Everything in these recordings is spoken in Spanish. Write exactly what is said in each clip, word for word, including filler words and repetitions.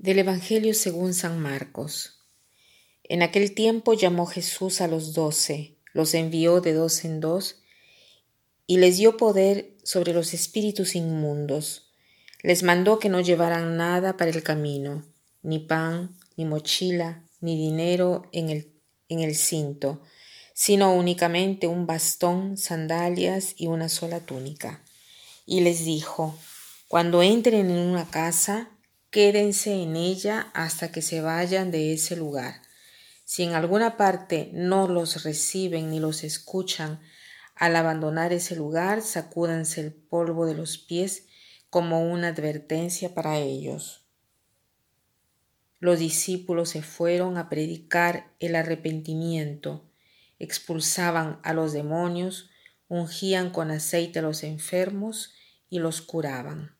Del Evangelio según San Marcos. En aquel tiempo llamó Jesús a los doce, los envió de dos en dos y les dio poder sobre los espíritus inmundos. Les mandó que no llevaran nada para el camino, ni pan, ni mochila, ni dinero en el, en el cinto, sino únicamente un bastón, sandalias y una sola túnica. Y les dijo: cuando entren en una casa, quédense en ella hasta que se vayan de ese lugar. Si en alguna parte no los reciben ni los escuchan, al abandonar ese lugar, sacúdanse el polvo de los pies como una advertencia para ellos. Los discípulos se fueron a predicar el arrepentimiento, expulsaban a los demonios, ungían con aceite a los enfermos y los curaban.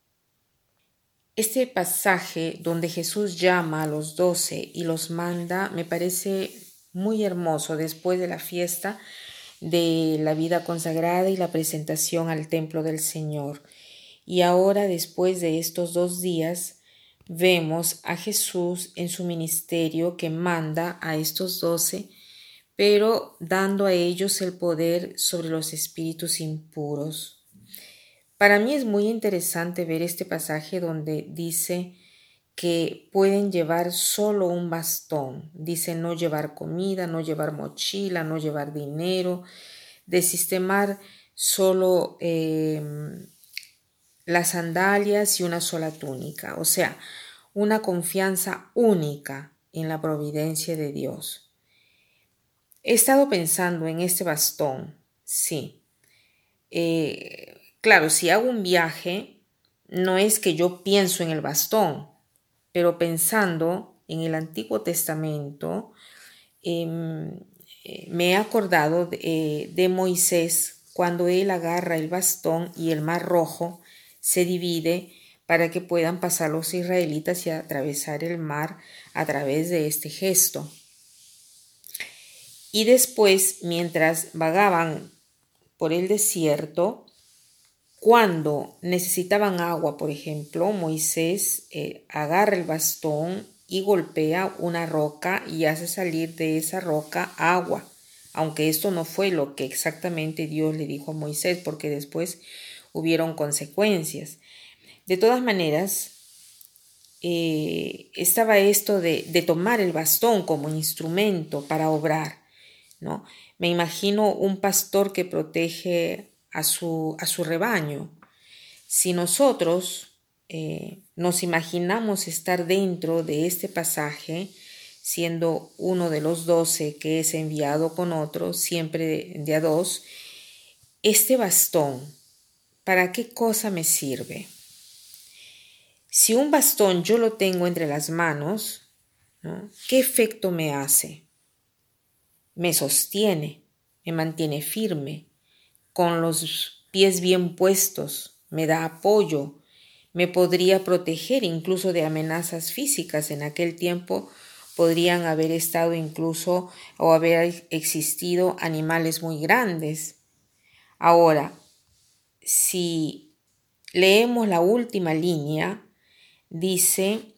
Este pasaje donde Jesús llama a los doce y los manda me parece muy hermoso después de la fiesta de la vida consagrada y la presentación al templo del Señor. Y ahora, después de estos dos días, vemos a Jesús en su ministerio que manda a estos doce, pero dando a ellos el poder sobre los espíritus impuros. Para mí es muy interesante ver este pasaje donde dice que pueden llevar solo un bastón. Dice no llevar comida, no llevar mochila, no llevar dinero, desistemar solo eh, las sandalias y una sola túnica. O sea, una confianza única en la providencia de Dios. He estado pensando en este bastón, sí. Eh, Claro, si hago un viaje, no es que yo pienso en el bastón, pero pensando en el Antiguo Testamento, eh, me he acordado de, eh, de Moisés cuando él agarra el bastón y el Mar Rojo se divide para que puedan pasar los israelitas y atravesar el mar a través de este gesto. Y después, mientras vagaban por el desierto, cuando necesitaban agua, por ejemplo, Moisés eh, agarra el bastón y golpea una roca y hace salir de esa roca agua, aunque esto no fue lo que exactamente Dios le dijo a Moisés, porque después hubieron consecuencias. De todas maneras, eh, estaba esto de, de tomar el bastón como instrumento para obrar, ¿no? Me imagino un pastor que protege a su, a su rebaño. Si nosotros eh, nos imaginamos estar dentro de este pasaje, siendo uno de los doce que es enviado con otro, siempre de, de a dos, este bastón, ¿para qué cosa me sirve? Si un bastón yo lo tengo entre las manos, ¿no? ¿Qué efecto me hace? Me sostiene, me mantiene firme, con los pies bien puestos, me da apoyo, me podría proteger incluso de amenazas físicas. En aquel tiempo podrían haber estado incluso o haber existido animales muy grandes. Ahora, si leemos la última línea, dice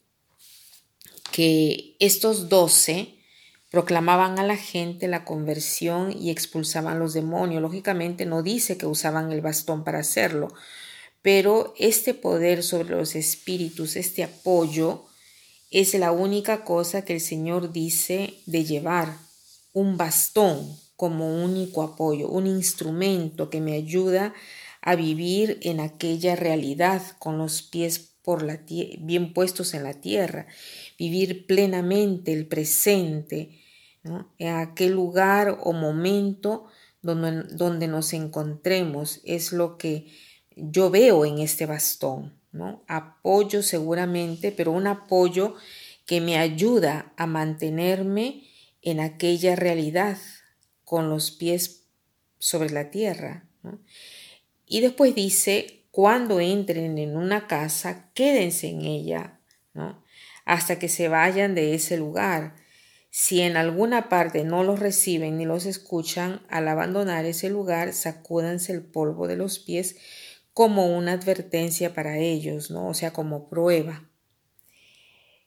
que estos doce proclamaban a la gente la conversión y expulsaban los demonios. Lógicamente no dice que usaban el bastón para hacerlo, pero este poder sobre los espíritus, este apoyo, es la única cosa que el Señor dice de llevar, un bastón como único apoyo, un instrumento que me ayuda a vivir en aquella realidad con los pies por la bien puestos en la tierra, vivir plenamente el presente, ¿no? En aquel lugar o momento donde, donde nos encontremos. Es lo que yo veo en este bastón, ¿no? Apoyo seguramente, pero un apoyo que me ayuda a mantenerme en aquella realidad con los pies sobre la tierra, ¿no? Y después dice, cuando entren en una casa, quédense en ella, ¿no? Hasta que se vayan de ese lugar. Si en alguna parte no los reciben ni los escuchan, al abandonar ese lugar, sacúdanse el polvo de los pies como una advertencia para ellos, ¿no? O sea, como prueba.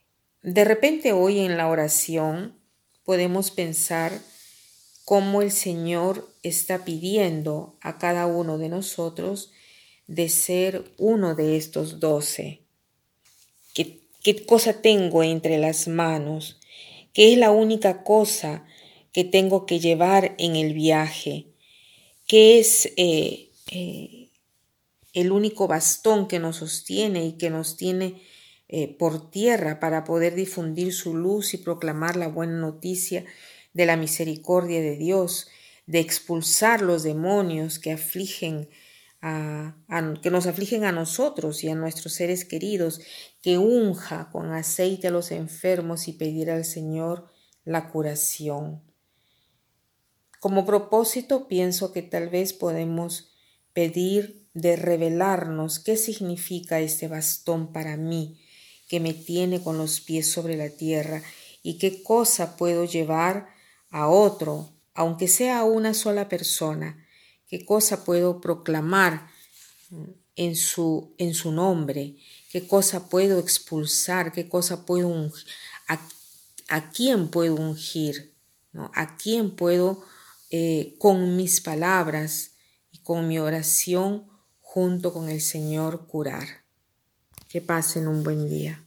De repente hoy en la oración podemos pensar cómo el Señor está pidiendo a cada uno de nosotros de ser uno de estos doce. ¿Qué, qué cosa tengo entre las manos? ¿Qué es la única cosa que tengo que llevar en el viaje? ¿Qué es eh, eh, el único bastón que nos sostiene y que nos tiene eh, por tierra para poder difundir su luz y proclamar la buena noticia de la misericordia de Dios, de expulsar los demonios que afligen a, a, que nos afligen a nosotros y a nuestros seres queridos, que unja con aceite a los enfermos y pedir al Señor la curación? Como propósito, pienso que tal vez podemos pedir de revelarnos qué significa este bastón para mí, que me tiene con los pies sobre la tierra, y qué cosa puedo llevar a otro, aunque sea a una sola persona, qué cosa puedo proclamar en su, en su nombre, qué cosa puedo expulsar, qué cosa puedo ungir, a, a quién puedo ungir, ¿no? A quién puedo eh, con mis palabras y con mi oración junto con el Señor curar. Que pasen un buen día.